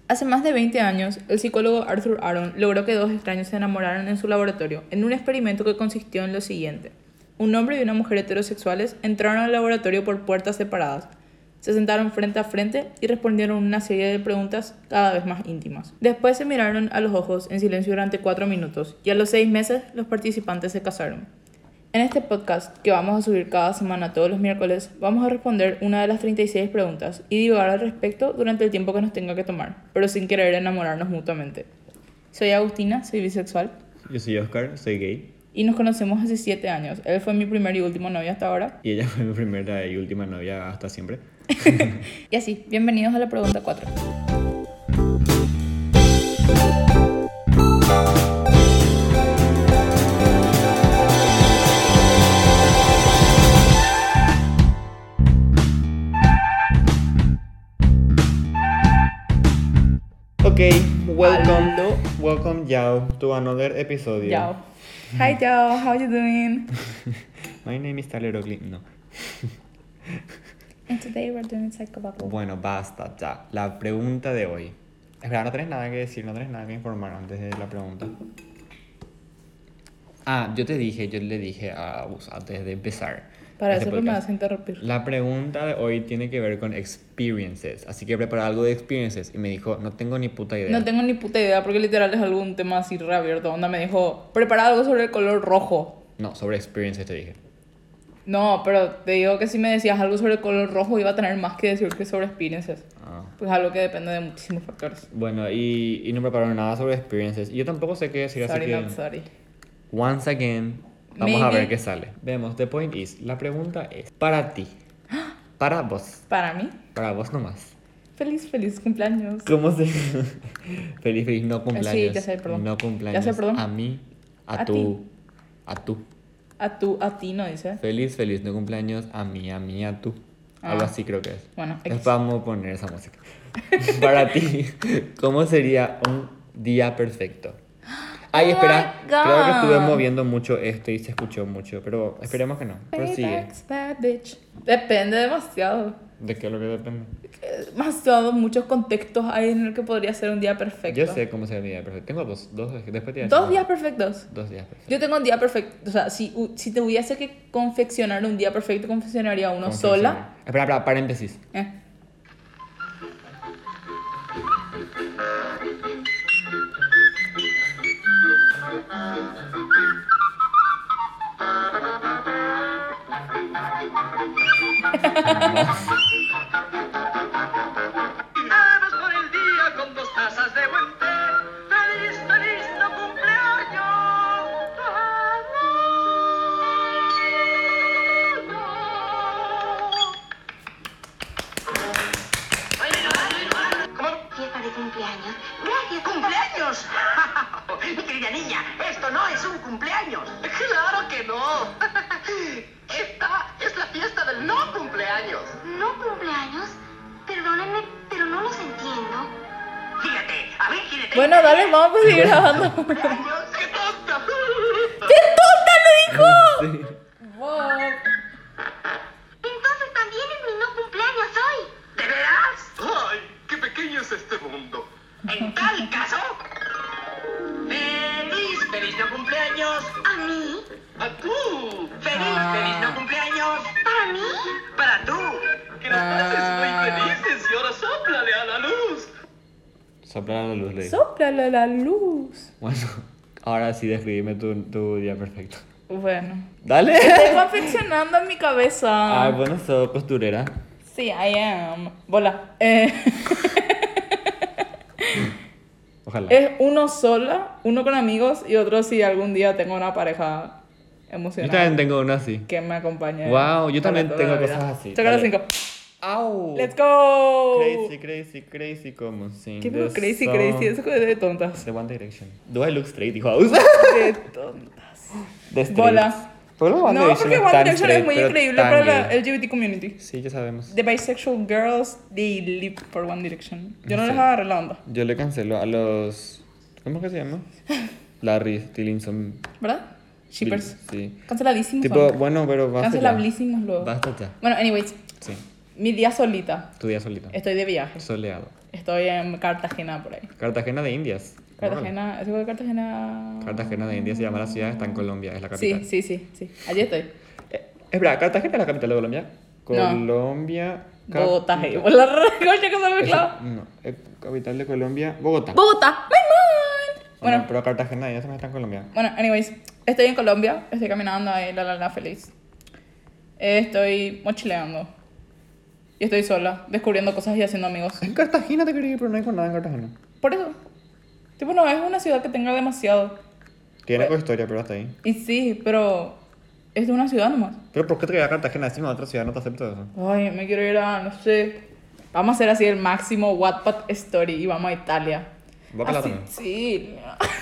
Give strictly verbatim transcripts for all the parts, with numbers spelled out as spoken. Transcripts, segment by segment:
Hace más de veinte años, el psicólogo Arthur Aron logró que dos extraños se enamoraran en su laboratorio, en un experimento que consistió en lo siguiente. Un hombre y una mujer heterosexuales entraron al laboratorio por puertas separadas, se sentaron frente a frente y respondieron una serie de preguntas cada vez más íntimas. Después se miraron a los ojos en silencio durante cuatro minutos y a los seis meses los participantes se casaron. En este podcast, que vamos a subir cada semana todos los miércoles, vamos a responder una de las treinta y seis preguntas y divagar al respecto durante el tiempo que nos tenga que tomar, pero sin querer enamorarnos mutuamente. Soy Agustina, soy bisexual. Yo soy Oscar, soy gay. Y nos conocemos hace siete años. Él fue mi primer y último novio hasta ahora. Y ella fue mi primera y última novia hasta siempre. Y así, bienvenidos a la pregunta cuatro. Ok, welcome, Aló. welcome Yao to another episodio. Yao. Hi Yao, how you doing? My name is Tyler Oakley. No. And today we're doing psychobabble. Bueno, basta, ya. La pregunta de hoy. Espera, no tenés nada que decir, no tenés nada que informar antes de la pregunta. Ah, yo te dije, yo le dije a Gus antes de empezar. Para este eso me podcast. vas a interrumpir. La pregunta de hoy tiene que ver con experiences. Así que preparé algo de experiences. Y me dijo, no tengo ni puta idea. No tengo ni puta idea porque literal es algún tema así reabierto. Onda me dijo, prepara algo sobre el color rojo. No, sobre experiences te dije. No, pero te digo que si me decías algo sobre el color rojo iba a tener más que decir que sobre experiences. Ah. Pues algo que depende de muchísimos factores. Bueno, y, y no prepararon nada sobre experiences. Y yo tampoco sé qué decir, Sorry, así que... not sorry. Once again, vamos a Maybe- ver qué sale. Vemos, the point is, la pregunta es, para ti, para vos, Para mí, para vos nomás. feliz, feliz cumpleaños. ¿Cómo se...? feliz, feliz, no cumpleaños. Sí, ya sé, perdón. No cumpleaños. Ya sé, perdón. A mí, a, A tú, ti. a tú. A tú, a ti no dice. Feliz, feliz, no cumpleaños, a mí, a mí, a tú. Ah. Algo así creo que es. Bueno, Después X. vamos a poner esa música. Para ti, ¿cómo sería un día perfecto? Ay, Oh espera, my creo que estuve God. moviendo mucho esto y se escuchó mucho, pero esperemos que no. Prosigue. Payback's bad bitch. Depende demasiado. ¿De qué es lo que depende? Demasiado, muchos contextos hay en el que podría ser un día perfecto. Yo sé cómo sería mi día perfecto. Tengo dos, dos, después te voy a decir. Dos días perfectos. Dos días perfectos. Yo tengo un día perfecto. O sea, si, u- si te hubiese que confeccionar un día perfecto, confeccionaría uno sola. Espera, espera, paréntesis. Eh. Vamos por el día con dos tazas de buen té. ¡Feliz, feliz no cumpleaños! ¿Cómo? Fiesta de cumpleaños. Gracias. ¿Cumpleaños? Mi querida niña, esto no es un cumpleaños. ¡Claro que no! Esta es la fiesta del no cumpleaños. ¿No cumpleaños? Perdónenme, pero no los entiendo. Fíjate, a ver quién te... Bueno, dale, vamos a seguir grabando. ¡Cumpleaños! ¡Qué tonta! Sí. Entonces también es mi no cumpleaños hoy. ¿De veras? ¡Ay, qué pequeño es este mundo! En tal caso... ¡Feliz, feliz no cumpleaños! ¿A mí? ¡A tú! ¡Feliz, Ah. feliz no cumpleaños! ¿Para mí? ¡Para tú! ¡Que nos pases Ah. muy felices y ahora sóplale a la luz! Sopla la luz, le dije. Sóplale la luz. Bueno, ahora sí describime tu, tu día perfecto. Bueno. Dale. Estoy confeccionando en mi cabeza. Ay, bueno, soy costurera. Sí, I am. Bola. Eh, Ojalá. es uno sola, uno con amigos y otro si algún día tengo una pareja Yo emocional también tengo una así. que me acompañe. Wow, yo para también toda tengo la vida. cosas así. Choca las Dale. cinco. ¡Au! Let's go. Crazy, crazy, crazy, como sing ¿Qué the fue crazy, song crazy? Eso fue de tontas. de One Direction. Do I look straight, dijo Aus? De tontas. De straight. Bola. ¿Por qué One No, Direction porque es One tan Direction es straight, muy pero increíble tan para la gay? L G B T community. Sí, ya sabemos. The bisexual girls, they live for One Direction. Yo no Sí. les agarré la onda, Yo le cancelo a los... ¿Cómo que se llama? Larry Stillinson. ¿verdad? Shippers. Sí. Canceladísimos. Tipo, son. bueno, pero basta ya. Cancelabilísimos luego. Basta ya. Bueno, anyways. Sí. Mi día solita. Tu día solito. Estoy de viaje. Soleado. Estoy en Cartagena por ahí. Cartagena de Indias. Cartagena, ¿es de Cartagena? Cartagena de Indias se llama la ciudad, está en Colombia, es la capital. Sí, sí, sí, sí. Allí estoy. Eh, espera, ¿Cartagena es la capital de Colombia? Colombia. cap- Bogotá, hey. Por la recocha que se me clava. No, eh, capital de Colombia, Bogotá. Bogotá, my man. Bueno, Bueno, pero Cartagena de Indias está en Colombia. bueno, anyways, estoy en Colombia, estoy caminando ahí, la la la feliz. Eh, Estoy mochileando. Y estoy sola, descubriendo cosas y haciendo amigos. En Cartagena te quería ir, pero no hay con nada en Cartagena. Por eso. Tipo, no es una ciudad que tenga demasiado. Tiene Pues- historia, pero hasta ahí. Y sí, pero es de una ciudad nomás. Pero ¿por qué te quedas a Cartagena? Encima de otra ciudad, no te acepto eso. Ay, me quiero ir a, no sé. Vamos a hacer así el máximo Wattpad Story y vamos a Italia. ¿Vos a Así- también? Sí,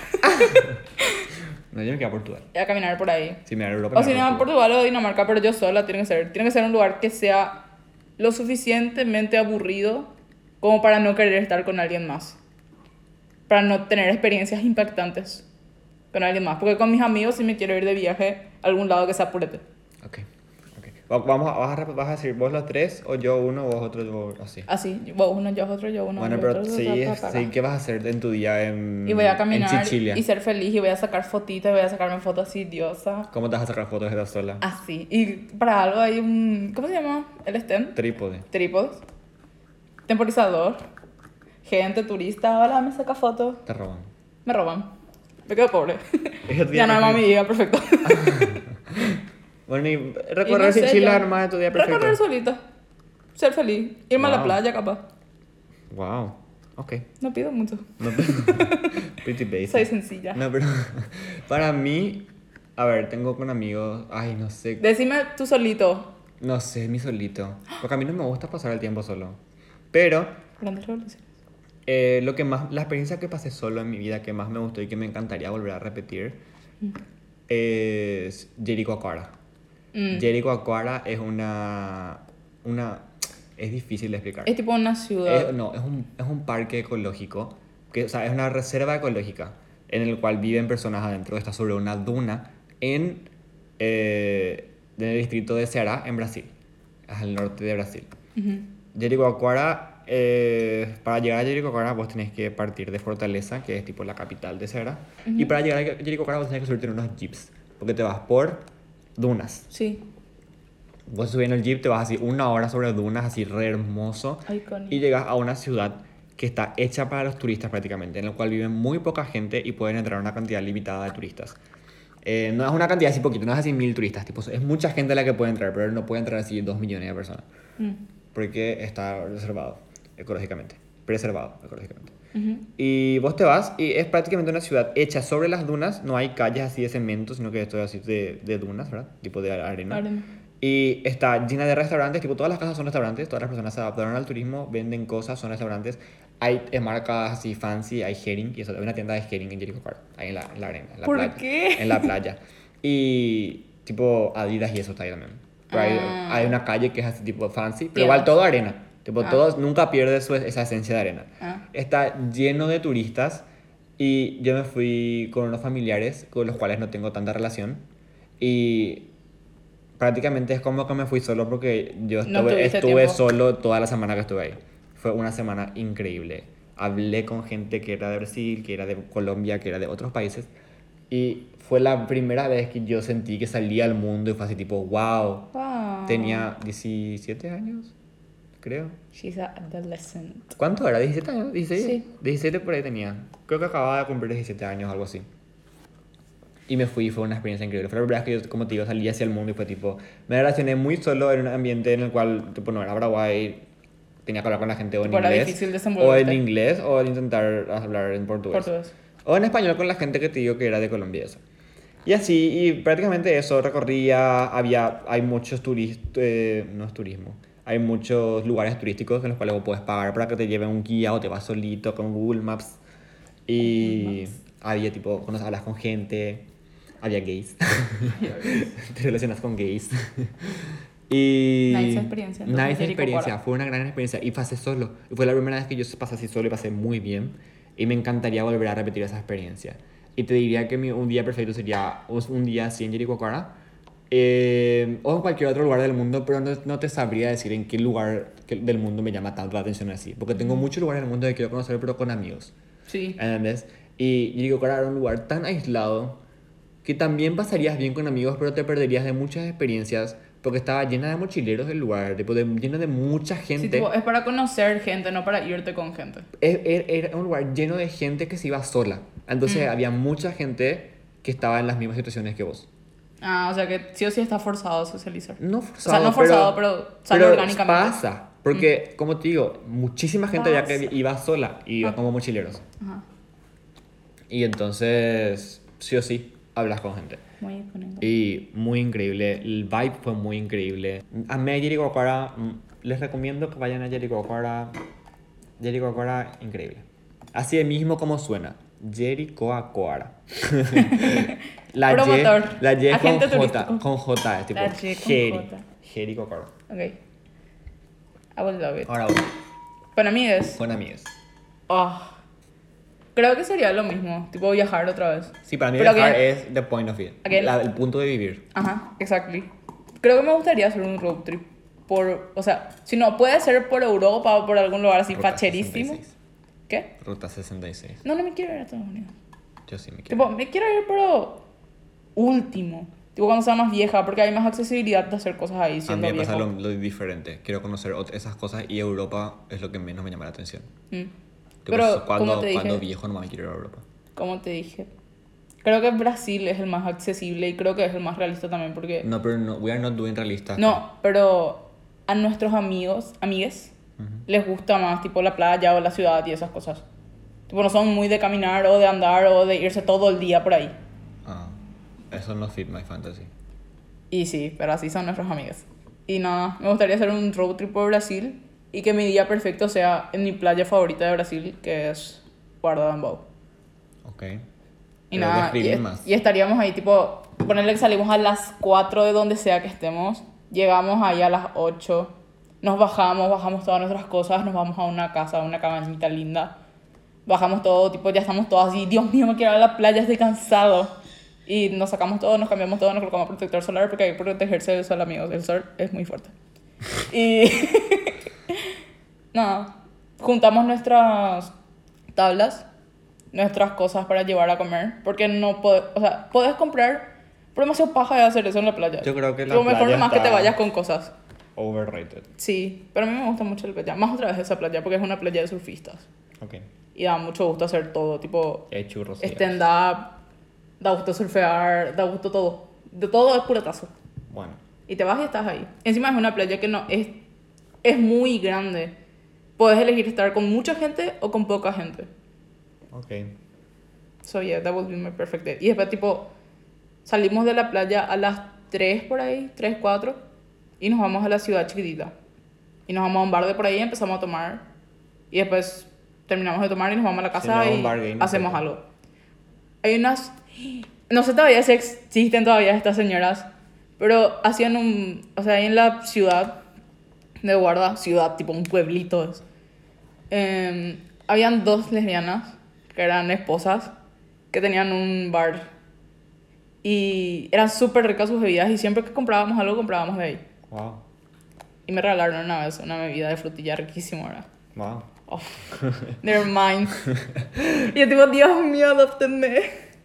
No, yo me quedo a Portugal. a caminar por ahí. Si me da Europa, O si me no, voy a Portugal o Dinamarca, pero yo sola tiene que ser. Tiene que ser un lugar que sea lo suficientemente aburrido como para no querer estar con alguien más. Para no tener experiencias impactantes con alguien más. Porque con mis amigos sí me quiero ir de viaje a algún lado que sea purete. Ok, ok. Va- Vamos a, vas, a, rep- vas a decir vos los tres, o yo uno, vos otro, yo así. Así, vos uno, yo otro, yo uno. Bueno, yo pero otro, sí, ta, ta, ta, ta. sí, ¿qué vas a hacer en tu día en Y voy a en caminar Sicilia? y ser feliz y voy a sacar fotitos, voy a sacarme fotos así, diosa. ¿Cómo te vas a sacar fotos de esta sola? Así. Y para algo hay un... ¿Cómo se llama? El stand. Trípode. Trípodes. Temporizador. Gente, turista. Hola, me saca fotos. Te roban. Me roban. Me quedo pobre. Ese día Ya no perfecto. mi día perfecto. Bueno, y Y recorrer no sé, Sicilia yo- armada de tu día perfecto. Recorrer solita. Ser feliz. Irme a la Wow. playa, capaz. Wow. Ok. No pido mucho. No, pretty basic. Soy sencilla. No, pero para mí, a ver, tengo con amigos, ay, no sé, Decime tú solito. no sé, mi solito. Porque a mí no me gusta pasar el tiempo solo. Pero Grandes revoluciones. eh, lo que más, la experiencia que pasé solo en mi vida que más me gustó y que me encantaría volver a repetir es Jericoacoara. Mm. Jericoacoara es una, una, es difícil de explicar. Es tipo una ciudad. Es- no, es un, es un parque ecológico, que, o sea, es una reserva ecológica en el cual viven personas adentro. Está sobre una duna en, eh, en el distrito de Ceará, en Brasil, al norte de Brasil. Ujú. Jericoacoara, eh, para llegar a Jericoacoara vos tenés que partir de Fortaleza, que es tipo la capital de Ceará. Y para llegar a Jericoacoara vos tenés que subirte en unos jeeps, porque te vas por dunas. Sí. Vos subís en el jeep, te vas así una hora sobre dunas, así re hermoso. Iconic. Y llegas a una ciudad que está hecha para los turistas prácticamente, en la cual viven muy poca gente y pueden entrar una cantidad limitada de turistas. Eh, no es una cantidad así poquito, no es así mil turistas, tipo, es mucha gente la que puede entrar, pero no puede entrar así dos millones de personas, Mm. porque está reservado ecológicamente, preservado ecológicamente. Ujú. Y vos te vas y es prácticamente una ciudad hecha sobre las dunas, no hay calles así de cemento, sino que esto es así de, de dunas, ¿verdad? Tipo de arena. Arena. Y está llena de restaurantes, tipo todas las casas son restaurantes, todas las personas se adaptaron al turismo, venden cosas, son restaurantes. Hay eh, marcas así fancy, hay herring, y eso, hay una tienda de herring en Jericho Park, ahí en la, en la arena, en la ¿Por playa. qué? En la playa. Y tipo Adidas y eso está ahí también. Pero hay, Ah. hay una calle que es así tipo fancy, pero Tiendas. igual todo arena. Tipo, Ah. todo nunca pierde su, esa esencia de arena. Ah. Está lleno de turistas y yo me fui con unos familiares con los cuales no tengo tanta relación. Y prácticamente es como que me fui solo porque yo No estuve, tuviste estuve tiempo. solo toda la semana que estuve ahí. Fue una semana increíble. Hablé con gente que era de Brasil, que era de Colombia, que era de otros países. Y fue la primera vez que yo sentí que salía al mundo y fue así tipo, wow. Wow. Tenía diecisiete años, creo. She's a adolescent. ¿Cuánto era? ¿diecisiete años? ¿dieciséis? Sí. diecisiete por ahí tenía. Creo que acababa de cumplir diecisiete años, algo así. Y me fui y fue una experiencia increíble. Fue la primera vez que yo, como te digo, salí hacia el mundo y fue tipo... Me relacioné muy solo en un ambiente en el cual, tipo, no era Paraguay, tenía que hablar con la gente o en Tipo, era inglés. difícil O desenvolverte. en inglés o en intentar hablar en portugués. Portugués. O en español con la gente que te digo que era de Colombia. Eso. Y así, y prácticamente eso, recorría, había, hay muchos turistas, eh, no es turismo, hay muchos lugares turísticos en los cuales vos puedes pagar para que te lleven un guía o te vas solito con Google Maps. Y había tipo, cuando hablas con gente, había gays. Te relacionas con gays. Y... Nice experiencia, entonces, Nice Jerico experiencia, Cora. fue una gran experiencia y pasé solo. Y fue la primera vez que yo pasé así solo y pasé muy bien. Y me encantaría volver a repetir esa experiencia. Y te diría que mi, un día perfecto sería un un día así en Jericoacoara, Eh, o en cualquier otro lugar del mundo, pero no, no te sabría decir en qué lugar que- del mundo me llama tanto la atención así. Porque tengo muchos lugares del mundo que quiero conocer, pero con amigos. Sí. ¿Entendés? Y Jericoacoara era un lugar tan aislado que también pasarías bien con amigos, pero te perderías de muchas experiencias porque estaba llena de mochileros el lugar, tipo de, lleno de mucha Sí, gente. tipo, es para conocer gente, no para irte con gente. Es- Era, era un lugar lleno de gente que se iba sola. Entonces Mm. había mucha gente que estaba en las mismas situaciones que vos. Ah, o sea que sí o sí está forzado a socializar. No O forzado, sea, no forzado, pero, sale pero orgánicamente. pasa. Porque, como te digo, muchísima gente ya que Pasa. iba sola y iba Ah. como mochileros. Ajá. Y entonces, sí o sí, hablas con gente. Muy icónico. Y muy increíble, el vibe fue muy increíble. Amé a Jericoacoara, mm, les recomiendo que vayan a Jericoacoara. Jericoacoara, increíble. Así de mismo como suena, Jericoacoara. la Promotor, Y, la Y es con agente J, turístico. con J, es tipo La Y con Jeri, J. Jericoacoara. Ok. I will love it. Ahora voy, Con amigues. con amigos. Ah. Creo que sería lo mismo, tipo viajar otra vez. Sí, para mí Pero viajar again- es the point of it, Again- la- el punto de vivir. Ajá, exactly. Creo que me gustaría hacer un road trip por, o sea, si no puede ser por Europa o por algún lugar así Ruta facherísimo. sesenta y seis. ¿Qué? Ruta sesenta y seis. No, no me quiero ir a Estados Unidos. Yo sí me quiero. Tipo, me quiero ir pero último. Tipo cuando sea más vieja, porque hay más accesibilidad de hacer cosas ahí A mí siendo me pasa viejo. lo, lo diferente. Quiero conocer ot- esas cosas y Europa es lo que menos me llama la atención. Mm. Tipo, Pero, cuando, como te cuando dije, viejo no me quiero ir a Europa. como te dije, creo que Brasil es el más accesible y creo que es el más realista también porque... No, pero no, we are not doing realistas. No, pero a nuestros amigos, amigues, les gusta más tipo la playa o la ciudad y esas cosas. Tipo, no son muy de caminar o de andar o de irse todo el día por ahí. Ah, eso no fit my fantasy. Y sí, pero así son nuestros amigos. Y nada, me gustaría hacer un road trip por Brasil y que mi día perfecto sea en mi playa favorita de Brasil, que es Guardamambao. Ok. Y Pero nada, y, describir más. y estaríamos ahí tipo, ponerle que salimos a las cuatro de donde sea que estemos, llegamos ahí a las ocho, nos bajamos, bajamos todas nuestras cosas, nos vamos a una casa, a una cabañita linda, bajamos todo, tipo ya estamos todos así, Dios mío, me quiero ir a la playa, estoy cansado. Y nos sacamos todo, nos cambiamos todo, nos colocamos protector solar porque hay que protegerse del sol, amigos, el sol es muy fuerte. Y nada, juntamos nuestras tablas, nuestras cosas para llevar a comer, porque no puedes, o sea, puedes comprar, pero demasiado paja de hacer eso en la playa. Yo creo que la Lo mejor playa nomás que te está- vayas con cosas. Overrated. Sí, pero a mí me gusta mucho la playa, más otra vez esa playa, porque es una playa de surfistas. Ok. Y da mucho gusto hacer todo, tipo Hay churros. y stand-up, da gusto surfear, da gusto todo. De todo es puratazo. eso. Bueno. Y te vas y estás ahí. Encima es una playa que no es, es muy grande. Puedes elegir estar con mucha gente o con poca gente. Ok. So yeah, that would be my perfect day. Y después tipo, salimos de la playa a las tres por ahí, tres, cuatro, y nos vamos a la ciudad chiquitita. Y nos vamos a un bar de por ahí y empezamos a tomar. Y después terminamos de tomar y nos vamos a la casa no, y un bar gay, no hacemos sé. algo. Hay unas... No sé todavía si existen todavía estas señoras, pero hacían un... O sea, ahí en la ciudad de Guarda, ciudad, tipo un pueblito es, eh, habían dos lesbianas que eran esposas que tenían un bar y eran súper ricas sus bebidas y siempre que comprábamos algo comprábamos de ahí. Wow. Y me regalaron una vez una bebida de frutilla riquísima, ¿verdad? Wow. Oh, never mind. Y yo tipo, Dios mío, adóptenme.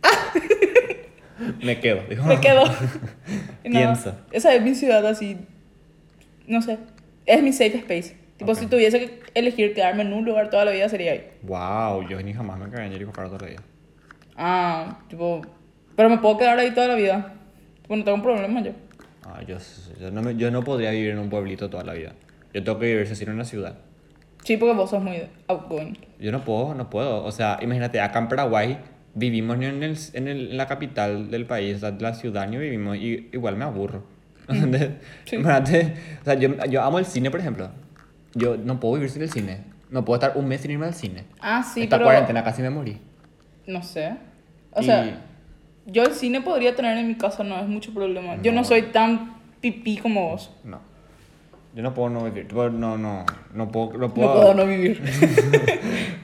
Me quedo. dijo. Me quedo. Y nada, Piensa. esa es mi ciudad así, no sé, es mi safe space. Tipo, Ok. si tuviese que elegir quedarme en un lugar toda la vida sería ahí. Wow, yo ni jamás me quedaría en Jericoacoara todo el día. Ah, tipo, pero me puedo quedar ahí toda la vida. Tipo, no tengo problema yo. Ah, yo, yo, no me- yo no podría vivir en un pueblito toda la vida. Yo tengo que vivir así en una ciudad. Sí, porque vos sos muy outgoing. Yo no puedo, no puedo. O sea, imagínate, acá en Paraguay vivimos en, el, en, el- en la capital del país, o sea, la ciudad, ni vivimos, y igual me aburro. ¿Entendés? Sí. Imagínate, o sea, yo, yo amo el cine, por ejemplo. Yo no puedo vivir sin el cine. No puedo estar un mes sin irme al cine. Ah, sí, Esta pero... cuarentena casi me morí. No sé. O Y- sea, yo el cine podría tener en mi casa, no es mucho problema. Yo no No. soy tan pipí como vos. No. Yo no puedo no vivir. Tipo, No, no, no puedo, no No puedo. puedo no vivir.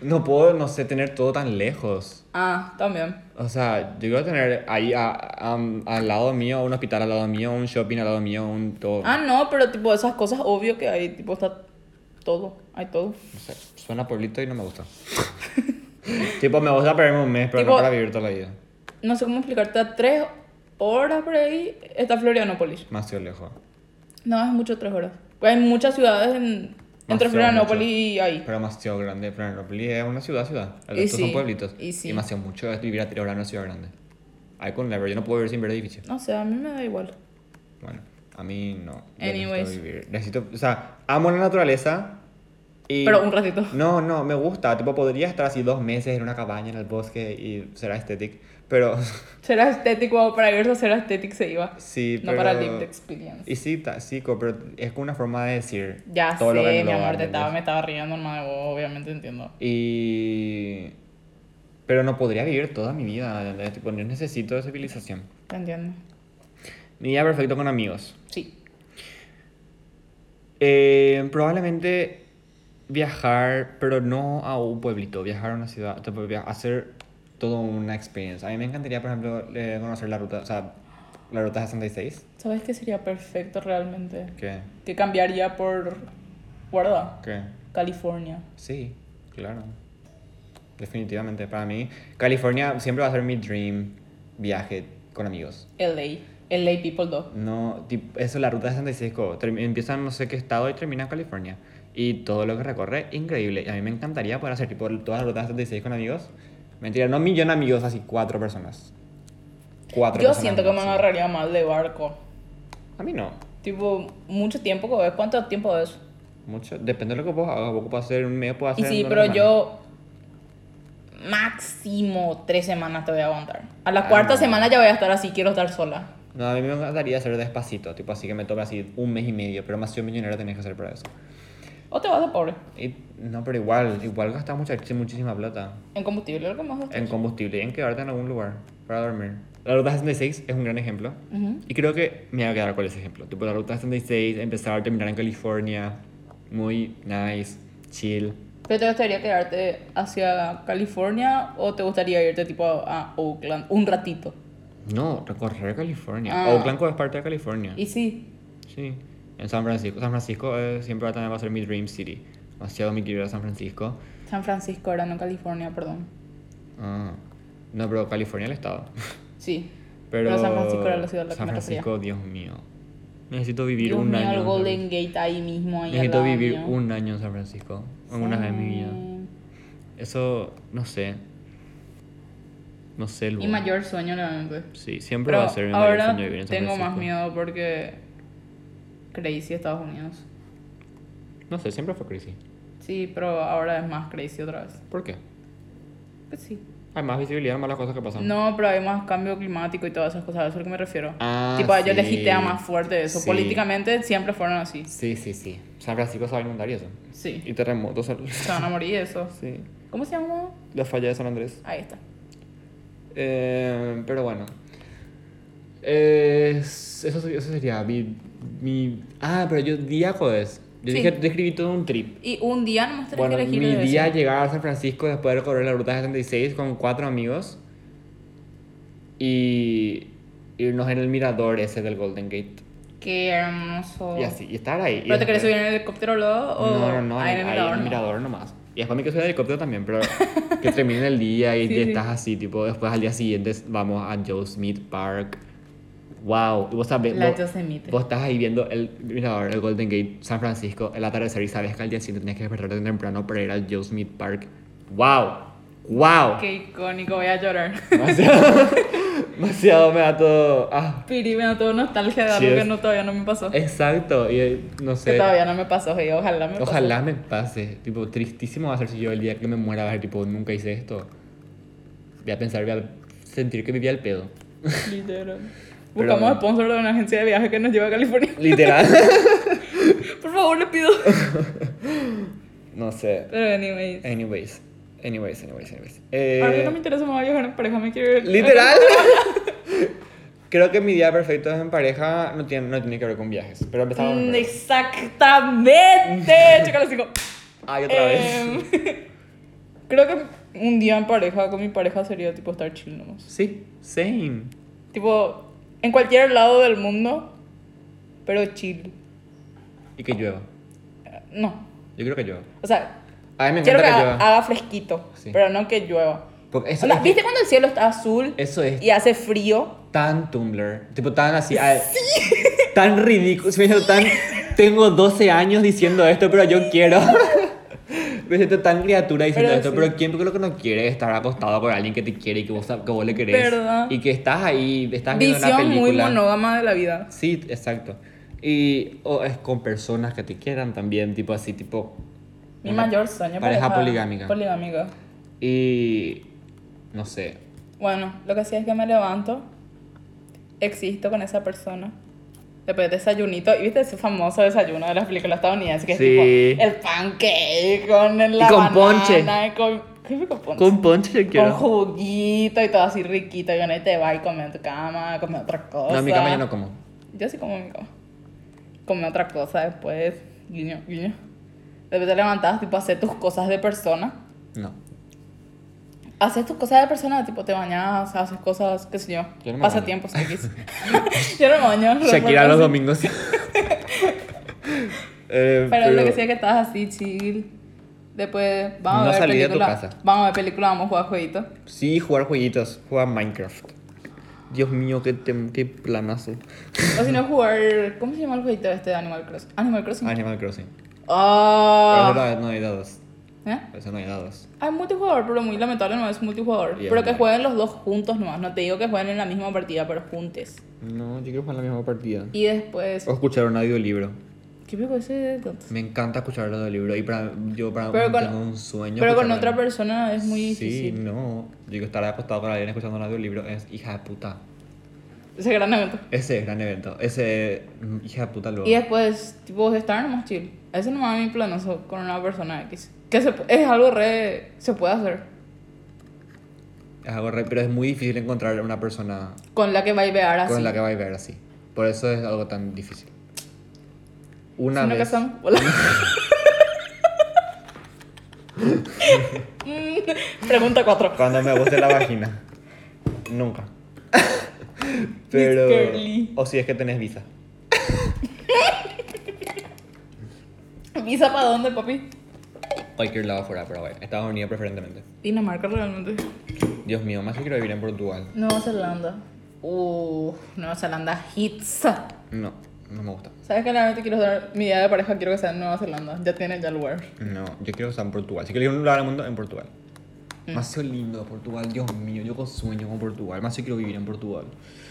no puedo, no sé, tener todo tan lejos. Ah, también. O sea, yo quiero tener ahí a- a- al lado mío un hospital al lado mío, un shopping al lado mío, un todo. Ah, no, pero tipo esas cosas obvio que hay, tipo está todo, hay todo. No sé, suena pueblito y no me gusta. Tipo, me gusta perderme un mes, pero Tipo- no para vivir toda la vida. No sé cómo explicarte, a tres horas por ahí está Florianópolis. Demasiado lejos. No, es mucho tres horas. Hay muchas ciudades en, entre Demasiado Florianópolis mucho. y ahí. Pero demasiado grande. Florianópolis es una ciudad, ciudad. El Y resto sí, son pueblitos. y sí. Demasiado mucho es vivir a tres horas en una ciudad grande. I could never. Yo no puedo vivir sin ver edificios. No sé, a mí me da igual. Bueno, a mí no. Yo Anyways. necesito vivir. Necesito, o sea, amo la naturaleza. Y Pero un ratito. No, no, me gusta. Tipo, podría estar así dos meses en una cabaña en el bosque y será estético. Pero Será estético, para irse a ser estético se iba. sí, No pero... para lived experience. Y sí, ta- sí, co- pero es como una forma de decir Ya todo lo que sé, mi engloba, amor, te ¿entendés? estaba, me estaba riendo hermano de vos, obviamente entiendo. Y... Pero no podría vivir toda mi vida, ¿entendés? Tipo, yo necesito de civilización. Te entiendo. Mi día perfecto con amigos. Sí. Eh, probablemente viajar, pero no a un pueblito, viajar a una ciudad, tipo, via- hacer toda una experiencia. A mí me encantaría, por ejemplo, eh, conocer la ruta, o sea, la ruta sesenta y seis. ¿Sabes qué sería perfecto realmente? ¿Qué? Que cambiaría por... Guarda. ¿Qué? California. Sí, claro. Definitivamente. Para mí, California siempre va a ser mi dream viaje con amigos. L A. L A People dos. No, tipo, eso, la ruta sesenta y seis, co- term- empieza en no sé qué estado y termina en California. Y todo lo que recorre, increíble. Y a mí me encantaría poder hacer tipo toda la ruta sesenta y seis con amigos. Mentira, no un millón de amigos, así cuatro personas. Cuatro Yo personas siento que me máximo. agarraría mal de barco. A mí no. Tipo, mucho tiempo que ves. ¿Cuánto tiempo es? Mucho. Depende de lo que vos hagas. Vos puedes hacer un mes, puedes Y hacer sí, en pero una yo máximo tres semanas te voy a aguantar. A la Ah, cuarta no. semana ya voy a estar así, quiero estar sola. No, a mí me encantaría hacer despacito. Tipo así que me tome así un mes y medio. Pero más de un millonero tenés que hacer para eso. O te vas de pobre. Y, no, pero igual. Igual gastas mucha, muchísima plata. En combustible, lo que más gastas. En combustible y en quedarte en algún lugar para dormir. La ruta sesenta y seis es un gran ejemplo. Ujú. Y creo que me voy a quedar con ese ejemplo. Tipo, la ruta sesenta y seis, empezar a terminar en California. Muy nice, chill. ¿Pero te gustaría quedarte hacia California o te gustaría irte tipo a Oakland un ratito? No, recorrer California. Ah. Oakland es parte de California. Y sí, Sí. En San Francisco. San Francisco eh, siempre va- también va a ser mi dream city. Demasiado me quiero ir a San Francisco. San Francisco era, no California, perdón. Ah. No, pero California el estado. Sí. Pero, Pero San Francisco era la ciudad a la que San me refería. Francisco, Dios mío. Necesito vivir Dios un mío, año. el en Golden San- Gate ahí mismo, ahí Necesito al lado vivir mío. un año en San Francisco. Alguna vez en mi vida. Sí. Eso, no sé. No sé el Mi mayor sueño, realmente. Sí, siempre Pero va a ser mi mayor ahora sueño vivir en San tengo Francisco. más miedo porque crazy Estados Unidos. No sé, siempre fue crazy. Sí, pero ahora es más crazy otra vez. ¿Por qué? Pues sí. Hay más visibilidad, más las cosas que pasan. No, pero hay más cambio climático y todas esas cosas, a eso es a lo que me refiero. Ah, tipo, a ellos les sí. gitea más fuerte eso. Sí. Políticamente siempre fueron así. Sí, sí, sí. San Francisco se va a inundar y eso. Sí. Y terremotos. Se van a morir eso. Sí. ¿Cómo se llama? La falla de San Andrés. Ahí está. Eh, pero bueno. Eh, eso, sería- eso sería mi, mi... Ah, pero yo día es. Yo Sí. dije, describí todo un trip. Y un día nomás tenés Bueno, que elegir mi de día eso. llegar a San Francisco después de recorrer la ruta sesenta y seis con cuatro amigos y irnos en el mirador ese del Golden Gate. Qué hermoso. Y así, y estar ahí. y ¿Pero te querés después- subir en el helicóptero luego o No, no, no, ahí ahí en el en mirador? el no? mirador nomás. Y después me quiero subir al helicóptero también, pero que termine el día y Sí, ya sí. estás así, tipo, después al día siguiente vamos a Joe Smith Park. Wow, y vos sabés, La vos, Yosemite. vos estás ahí viendo el mirador, el Golden Gate, San Francisco, el atardecer y sabes que al día siguiente tienes que despertarte temprano para ir al Joe Smith Park. Wow, wow. Qué icónico, voy a llorar. Demasiado, demasiado me da todo. Ah, Piri, me da todo nostalgia de Sí, algo que es- no, todavía no me pasó. exacto, y eh, no Que sé. todavía no me pasó, y ojalá me pase. Ojalá me pase. Tipo, tristísimo va a ser si yo el día que me muera, va a ser tipo, nunca hice esto. Voy a pensar, voy a sentir que vivía el pedo. Literal. Pero Buscamos bueno. sponsor de una agencia de viaje que nos lleve a California. Literal. Por favor, le pido. No sé. Pero anyways. Anyways. Anyways, anyways, anyways. Ahora Eh, no me interesa más viajar en pareja, me quiero ir. Literal. Creo que mi día perfecto en pareja no tiene, no tiene que ver con viajes. Pero empezamos. Mm, con- exactamente. Chica, los cinco. Ay, otra vez. Em, Creo que un día en pareja, con mi pareja, sería tipo estar chill nomás. Sí, same. Tipo, en cualquier lado del mundo, pero chill. Y que llueva. Eh, No. Yo creo que llueva. O sea, A mí me quiero encanta que que ha- llueva. haga fresquito, Sí. pero no que llueva. Porque eso Onda, es ¿viste cuando el cielo está azul Eso es y hace frío? tan Tumblr. Tipo, tan así. ah, Tan ridículo. Me siento tan. Tengo doce años diciendo esto, pero yo quiero. Me siento tan criatura diciendo Pero esto, sí. pero ¿quién porque lo que no quiere es estar acostado con alguien que te quiere y que vos, que vos le querés? ¿Verdad? Y que estás ahí, estás viendo una Visión película. muy monógama de la vida. Sí, exacto. Y o es con personas que te quieran también, tipo así, tipo. Mi una mayor sueño. Pareja poligámica. Poligámica. Y. No sé. Bueno, lo que hacía es que me levanto, existo con esa persona. Después desayunito, y viste ese famoso desayuno de las películas estadounidenses que Sí. es tipo el pancake con el, la con banana, ponche. y con, ¿qué fue con ponche? Con ponche yo quiero. Con juguito y todo así riquito, y uno te va y come en tu cama, come otra cosa. No, en mi cama yo no como. Yo sí como en mi cama. Come otra cosa después, guiño, guiño. Después te levantas, tipo, hacer tus cosas de persona. No. Haces tus cosas de persona, tipo te bañas, haces cosas, qué sé yo, Yo no me pasatiempos X. Yo no me baño. no Shakira me los baño. domingos. Eh, Pero, lo que sí es que estás así, chill. Después vamos No a ver salí de tu película. casa. Vamos a ver película, vamos a jugar jueguitos. Sí, jugar jueguitos, jugar Minecraft. Dios mío, qué, tem- qué planazo. O si no, jugar. ¿Cómo se llama el jueguito este de Animal Crossing? Animal Crossing. Animal Crossing. Ah. Pero eso no hay dados. ¿Eh? Eso no hay dados. Hay multijugador, pero muy lamentable no es multijugador. Y es pero que online. jueguen los dos juntos nomás. No te digo que jueguen en la misma partida, pero juntes. No, yo quiero jugar la misma partida. Y después. O escuchar un audiolibro. ¿Qué pico ese tonto? Me encanta escuchar el audiolibro. Y para, yo para Pero con- tengo un sueño. Pero con escuchar otra audiolibro. persona es muy Sí, difícil. no. Digo, estar acostado con alguien escuchando un audiolibro es hija de puta. Ese gran evento. Ese es gran evento. Ese mm, hija de puta luego. Y después, tipo, estar nomás chill. Ese nomás es mi planazo con una persona X. Que se, es algo re. Se puede hacer. Es algo re- pero es muy difícil encontrar una persona Con la que va a vibear así. con la que va a ver así. Por eso es algo tan difícil. Una Sino que vez. son- Hola. Mm, Pregunta cuatro. Cuando me guste la vagina. Nunca. Pero. Miss Curly. O si es que tenés visa. ¿Visa para dónde, papi? Cualquier lado fuera, pero bueno. Estados Unidos preferentemente. Dinamarca realmente. Dios mío, más que quiero vivir en Portugal. Nueva Zelanda. Uff, Nueva Zelanda hits. No, no me gusta. ¿Sabes que realmente quiero dar mi idea de pareja? Quiero que sea en Nueva Zelanda. Ya tienen ya el lugar. No, yo quiero estar en Portugal. Si quiero ir a un lugar del mundo, en Portugal. Mm. Más lindo Portugal, Dios mío, yo con sueño con Portugal. Más quiero vivir en Portugal.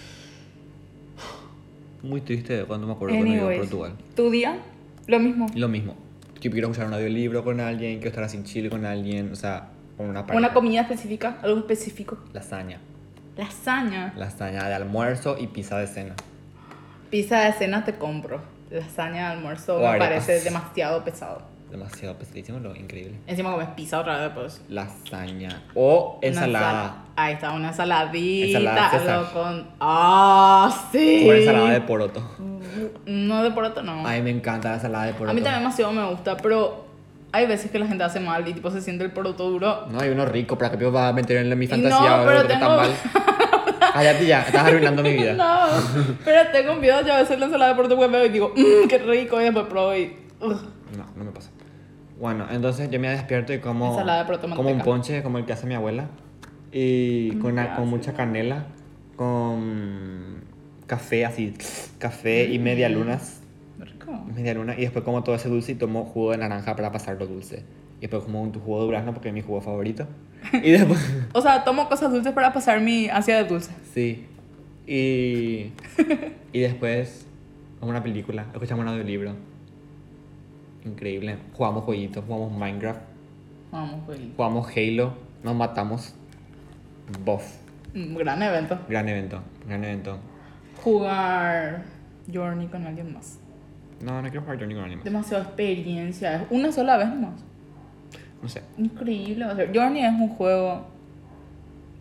Muy triste cuando me acuerdo cuando iba a Anyways, Portugal. ¿tu día? Lo mismo. Lo mismo. Que quiero escuchar un audiolibro con alguien, quiero estar así en Chile con alguien, o sea, con una pareja. Una comida específica, algo específico. Lasaña. Lasaña. Lasaña de almuerzo y pizza de cena. Pizza de cena te compro. Lasaña de almuerzo O me arepas. parece demasiado pesado. Demasiado pesadísimo, lo increíble. Encima comes pizza otra vez después. Lasaña. O Una ensalada. ensala- Ahí está, una ensaladita. Ensalada César. algo con. ¡Ah, sí! O ensalada de poroto. No, de poroto no. A mí me encanta la ensalada de poroto. A mí también demasiado me gusta, pero hay veces que la gente hace mal y tipo se siente el poroto duro. No, hay uno rico, ¿para qué vas a meter en mi Y fantasía? no, o pero algo que tengo- está mal? Cállate ya, estás arruinando mi vida. No, pero tengo un video, yo a veces la ensalada de poroto que veo y digo, mmm, qué rico, y después pruebo y. ugh. No, no me pasa. Bueno, entonces yo me despierto y como, Ensalada de poroto como un manteca. ponche como el que hace mi abuela. Y con, una- ¿Qué con hace? mucha canela, con café así, café y media lunas. Rico. Media luna. Y después como todo ese dulce y tomo jugo de naranja para pasarlo dulce. Y después como un jugo de durazno porque es mi jugo favorito. Y después... O sea, tomo cosas dulces para pasar mi ansia de dulce. Sí. Y, y después, como una película, escuchamos un audiolibro. Increíble. Jugamos jueguitos, jugamos Minecraft, Vamos, güey. jugamos Halo, nos matamos. Bof. Un gran evento. Gran evento, gran evento. Jugar Journey con alguien más. No, no quiero jugar Journey con animes. Demasiada experiencia. Es una sola vez nomás. No sé. Increíble va a ser. Journey es un juego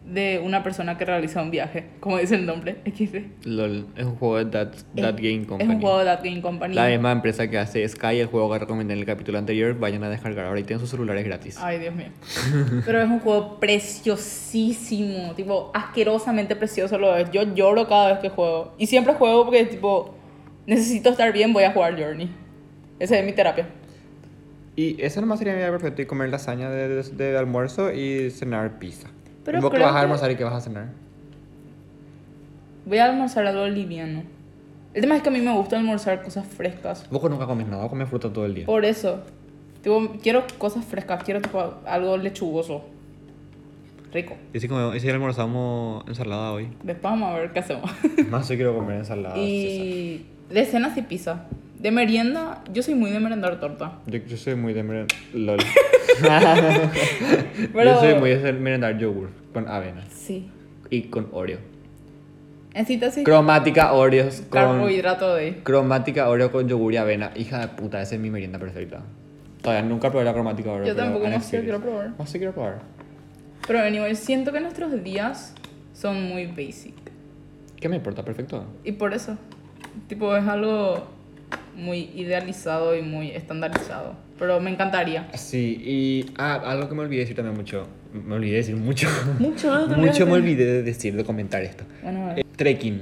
de una persona que realiza un viaje, como dice el nombre, equis de. LOL, es un juego de That, That Es- Game Company. Es un juego de That Game Company. La misma empresa que hace Sky, el juego que recomendé en el capítulo anterior, vayan a descargar ahora y tienen sus celulares gratis. Ay, Dios mío. Pero es un juego preciosísimo, tipo, asquerosamente precioso lo es. Yo lloro cada vez que juego. Y siempre juego porque, tipo, necesito estar bien, voy a jugar Journey. Esa es mi terapia. Y esa nomás sería mi vida perfecta, y comer lasaña de, de, de almuerzo y cenar pizza. Pero ¿Y vos qué creo vas a que- almorzar y qué vas a cenar? Voy a almorzar algo liviano. El tema es que a mí me gusta almorzar cosas frescas. Vos nunca comes nada, vos comes fruta todo el día. Por eso, tipo, quiero cosas frescas, quiero tipo, algo lechugoso. Rico. ¿Y si, comemos- y si almorzamos ensalada hoy? Después vamos a ver qué hacemos. Más yo quiero comer ensalada. César. Y de cena sí pizza. De merienda, yo soy muy de merendar torta. Yo, yo soy muy de merendar... LOL. Pero- Yo soy muy de merendar yogur con avena Sí. y con Oreo. Necesitas sí, Cromática Oreos con... carbohidrato de. Cromática Oreo con yogur y avena. Hija de puta, esa es mi merienda perfecta. Todavía nunca probé la cromática Oreo. Yo pero tampoco, an no sé, experience. quiero probar. No sé, quiero probar. Pero anyway, siento que nuestros días son muy basic. ¿Qué me importa? Perfecto. Y por eso, tipo, es algo muy idealizado y muy estandarizado. Pero me encantaría. Sí, y ah, algo que me olvidé decir también mucho. Me olvidé decir mucho. Mucho, ¿no? Mucho me olvidé de decir, de comentar esto. Bueno, a ver. Eh, trekking.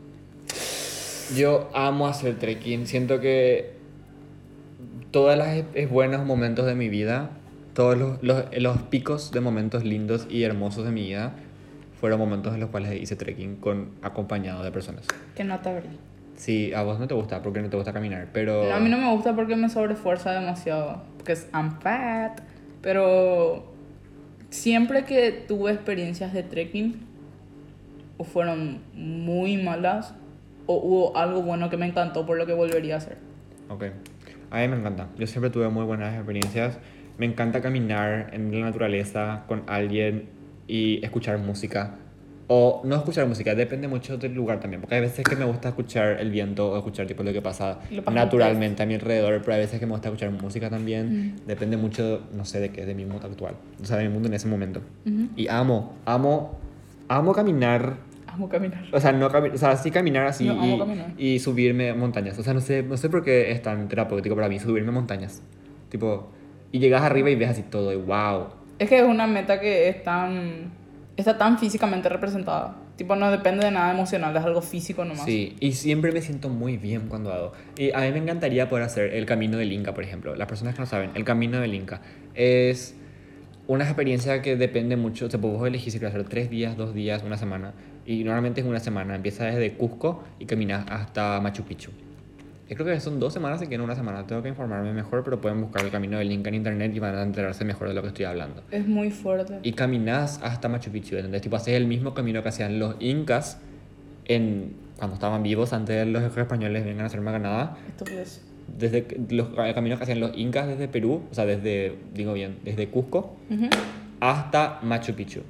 Yo amo hacer trekking. Siento que todas las e- es buenos momentos de mi vida, todos los, los, los picos de momentos lindos y hermosos de mi vida, fueron momentos en los cuales hice trekking con, acompañado de personas. Que no te abrí. Sí, a vos no te gusta porque no te gusta caminar, pero... No, a mí no me gusta porque me sobrefuerza demasiado. Porque es I'm fat. Pero siempre que tuve experiencias de trekking, o fueron muy malas, o hubo algo bueno que me encantó por lo que volvería a hacer. Ok. A mí me encanta. Yo siempre tuve muy buenas experiencias. Me encanta caminar en la naturaleza con alguien y escuchar música. O no escuchar música, depende mucho del lugar también. Porque hay veces que me gusta escuchar el viento o escuchar tipo lo que pasa Lo pasa naturalmente a mi alrededor. Pero hay veces que me gusta escuchar música también. Depende mucho, no sé, de qué, de mi mundo actual. O sea, de mi mundo en ese momento. Y amo, amo, amo caminar. Amo caminar. O sea, no cami- o sea, sí caminar así Yo amo y, caminar. y subirme montañas. O sea, no sé, no sé por qué es tan terapéutico para mí subirme montañas. Tipo, y llegas arriba y ves así todo y wow. Es que es una meta que es tan, está tan físicamente representada. Tipo, no depende de nada emocional, es algo físico nomás. Sí, y siempre me siento muy bien cuando hago. Y a mí me encantaría poder hacer el Camino del Inca, por ejemplo. Las personas que no saben, el Camino del Inca es una experiencia que depende mucho. O sea, pues vos elegís si quieres hacer tres días, dos días, una semana. Y normalmente es una semana. Empieza desde Cusco y caminas hasta Machu Picchu. Yo creo que son dos semanas y que no una semana. Tengo que informarme mejor, pero pueden buscar el Camino del Inca en internet y van a enterarse mejor de lo que estoy hablando. Es muy fuerte. Y caminas hasta Machu Picchu, ¿entendés? Tipo, haces el mismo camino que hacían los incas en, cuando estaban vivos, antes de los españoles vengan a hacer más ganada. Estupidez. Desde que- los el camino que hacían los incas desde Perú, o sea, desde, digo bien, desde Cusco Ujú. hasta Machu Picchu.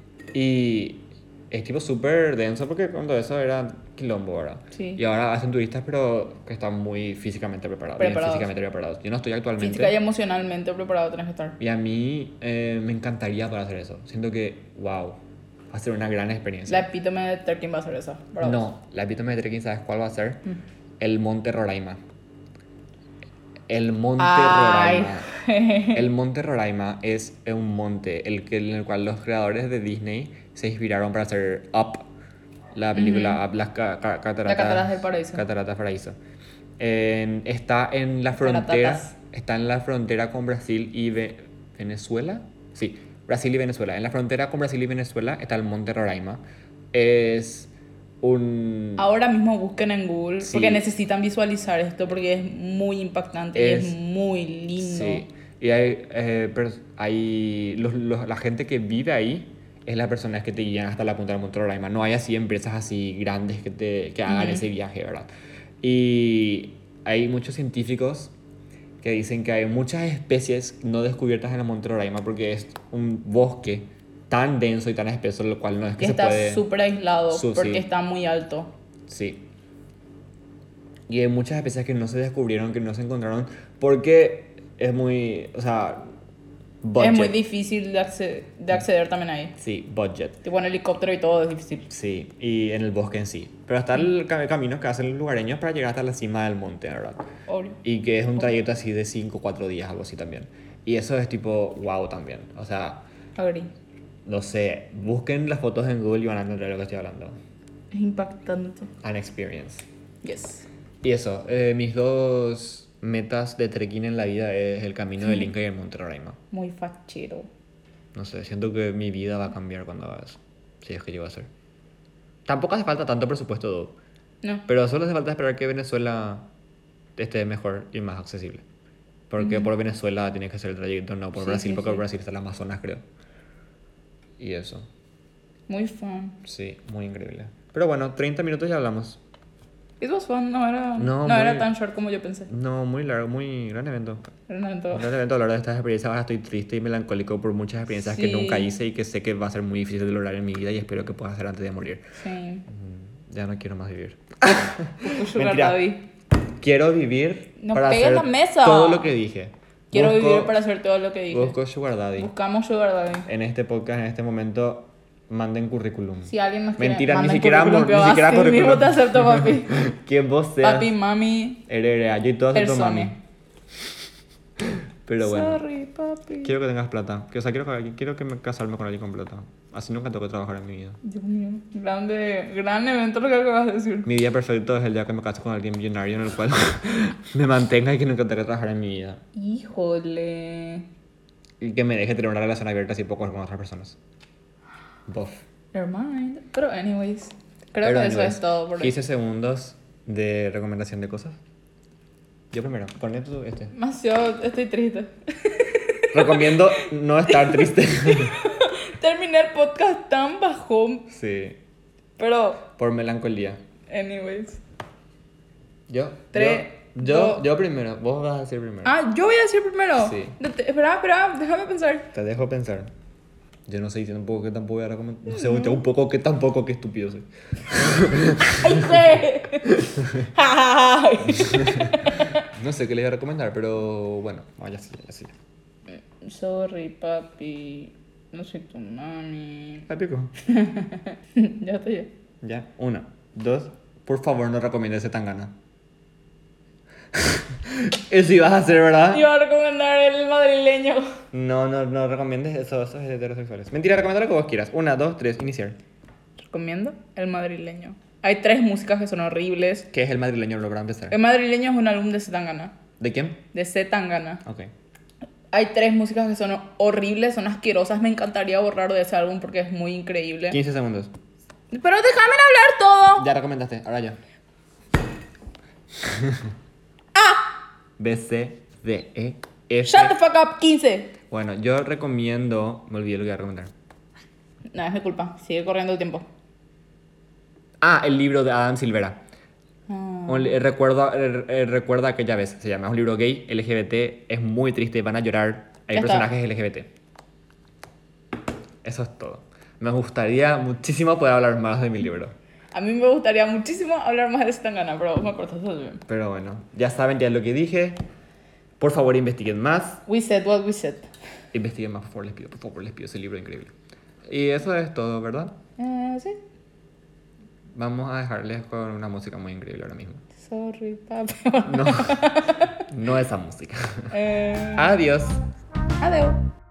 Y es tipo súper denso porque cuando eso era quilombo, ¿verdad? Sí. Y ahora hacen turistas, pero que están muy físicamente preparados. bien Preparados. físicamente preparados. Yo no estoy actualmente. Física y emocionalmente preparado tenés que estar. Y a mí eh, me encantaría poder hacer eso. Siento que, wow, va a ser una gran experiencia. La epítome de trekking va a ser esa. ¿verdad? No, la epítome de trekking, ¿sabes cuál va a ser? Mm. El Monte Roraima. El Monte Ay. Roraima. El Monte Roraima es un monte el que, en el cual los creadores de Disney se inspiraron para hacer Up, la película Up, las ca- ca- cataratas, Cataratas del Paraíso. Cataratas Paraíso. En- está en la frontera, Cataratas. está en la frontera con Brasil y Ve- Venezuela. Sí, Brasil y Venezuela. En la frontera con Brasil y Venezuela está el Monte Roraima. Es un Ahora mismo busquen en Google Sí. porque necesitan visualizar esto porque es muy impactante y Es- es muy lindo. Sí, y hay, eh, pers- hay los- los- la gente que vive ahí es las personas que te guían hasta la punta del Monte Roraima. No hay así empresas así grandes que, te, que hagan Ujú. ese viaje, ¿verdad? Y hay muchos científicos que dicen que hay muchas especies no descubiertas en el Monte Roraima porque es un bosque tan denso y tan espeso, lo cual no es que Que se está puede... súper aislado Su- porque sí. está muy alto. Sí. Y hay muchas especies que no se descubrieron, que no se encontraron, porque es muy, o sea, Budget. Es muy difícil de, acce- de acceder también ahí. Sí, budget. Tipo en helicóptero y todo es difícil. Sí, y en el bosque en sí. Pero está el ca- camino que hacen los lugareños para llegar hasta la cima del monte, ¿verdad? Obvio. Y que es un trayecto así de cinco o cuatro días, algo así también. Y eso es tipo wow también. O sea, Agree. no sé, busquen las fotos en Google y van a entender de lo que estoy hablando. Es impactante. An experience. Yes. Y eso, eh, mis dos metas de trekking en la vida es el camino del Inca y el Monte Roraima. Muy fachero. No sé, siento que mi vida va a cambiar cuando haga eso. Si es que llego a hacer. Tampoco hace falta tanto presupuesto, dude. No. Pero solo hace falta esperar que Venezuela esté mejor y más accesible. Porque por Venezuela tiene que hacer el trayecto, no por Sí, Brasil, sí, porque sí. por Brasil está el Amazonas, creo. Y eso. Muy fun. Sí, muy increíble. Pero bueno, treinta minutos ya hablamos. It was fun. No era, No, no, era muy- tan short como yo pensé. No, muy largo, muy gran evento. Era un evento- Un gran evento hablar de estas experiencias. Ahora estoy triste y melancólico por muchas experiencias que Sí. nunca hice y que sé que va a ser muy difícil de lograr en mi vida y espero que pueda hacer antes de morir. Sí. Mm, Ya no quiero más vivir. Sugar Mentira. daddy. Quiero vivir No para pegues hacer la mesa. todo lo que dije. Quiero Busco- vivir para hacer todo lo que dije. Busco Sugar Daddy. Buscamos Sugar Daddy. En este podcast, en este momento, manden currículum. Si alguien nos quiere, Mentira, ni manden siquiera currículum, amor, que ni va, siquiera así currículum. mismo te acepto, papi. Que vos seas Papi, mami, heredera, yo y todo acepto persona. mami. Pero bueno, Sorry, papi. quiero que tengas plata. Que, o sea, quiero, que- quiero que me casarme con alguien con plata. Así nunca tengo que trabajar en mi vida. Dios mío, grande, gran evento lo que acabas de decir. Mi día perfecto es el día que me case con alguien millonario en el cual me mantenga y que nunca tenga que trabajar en mi vida. Híjole. Y que me deje tener una relación abierta así poco con otras personas. Bof. Never mind. Pero anyways, creo Pero que eso anyways, es todo por hoy. quince segundos de recomendación de cosas. Yo primero, poné tú este. Demasiado, estoy triste. Recomiendo no estar triste. Terminé el podcast tan bajón, Sí, pero por melancolía. anyways. Yo, Tres, yo, yo, dos- yo primero. Vos vas a decir primero. Ah, yo voy a decir primero. Sí. Dete- Espera, espera, déjame pensar. Te dejo pensar. Yo no sé diciendo un poco que tampoco voy a recomendar. No sé, un poco que tampoco que estúpido soy. ¡Ay, sí! ¡Ay! No sé qué le voy a recomendar, pero bueno, vaya así, así. Sorry, papi. No soy tu mami. ¿La pico? Ya estoy ya. Ya, una, dos. Por favor, no recomiendes ese Tangana. Eso ibas a hacer, ¿verdad? Iba a recomendar el madrileño. No, no, no recomiendes eso, esos heterosexuales. Mentira, recomienda lo que vos quieras. Una, dos, tres, iniciar. Recomiendo el madrileño. Hay tres músicas que son horribles. ¿Qué es el madrileño? Lo a empezar. El madrileño es un álbum de Zetangana. ¿De quién? De Zetangana. Ok. Hay tres músicas que son horribles, son asquerosas. Me encantaría borrar de ese álbum porque es muy increíble. quince segundos. Pero déjame hablar todo. Ya recomendaste, ahora yo. B, C, D, E, F. Shut the fuck up, quince. Bueno, yo recomiendo. Me olvidé lo que iba a recomendar. No, es mi culpa. Sigue corriendo el tiempo. Ah, el libro de Adam Silvera. Ah. Un li- recuerdo, eh, eh, recuerda aquella vez. Se llama. Es un libro gay, L G B T. Es muy triste, van a llorar. Hay Ya está. personajes L G B T. Eso es todo. Me gustaría muchísimo poder hablar más de mi libro. A mí me gustaría muchísimo hablar más de Zetangana, pero me cortaste bien. Pero bueno, ya saben ya lo que dije. Por favor, investiguen más. We said what we said. Investiguen más, por favor, les pido. Por favor, les pido ese libro increíble. Y eso es todo, ¿verdad? Eh, sí. Vamos a dejarles con una música muy increíble ahora mismo. Sorry, papi. No, no esa música. Eh, Adiós. Adeu.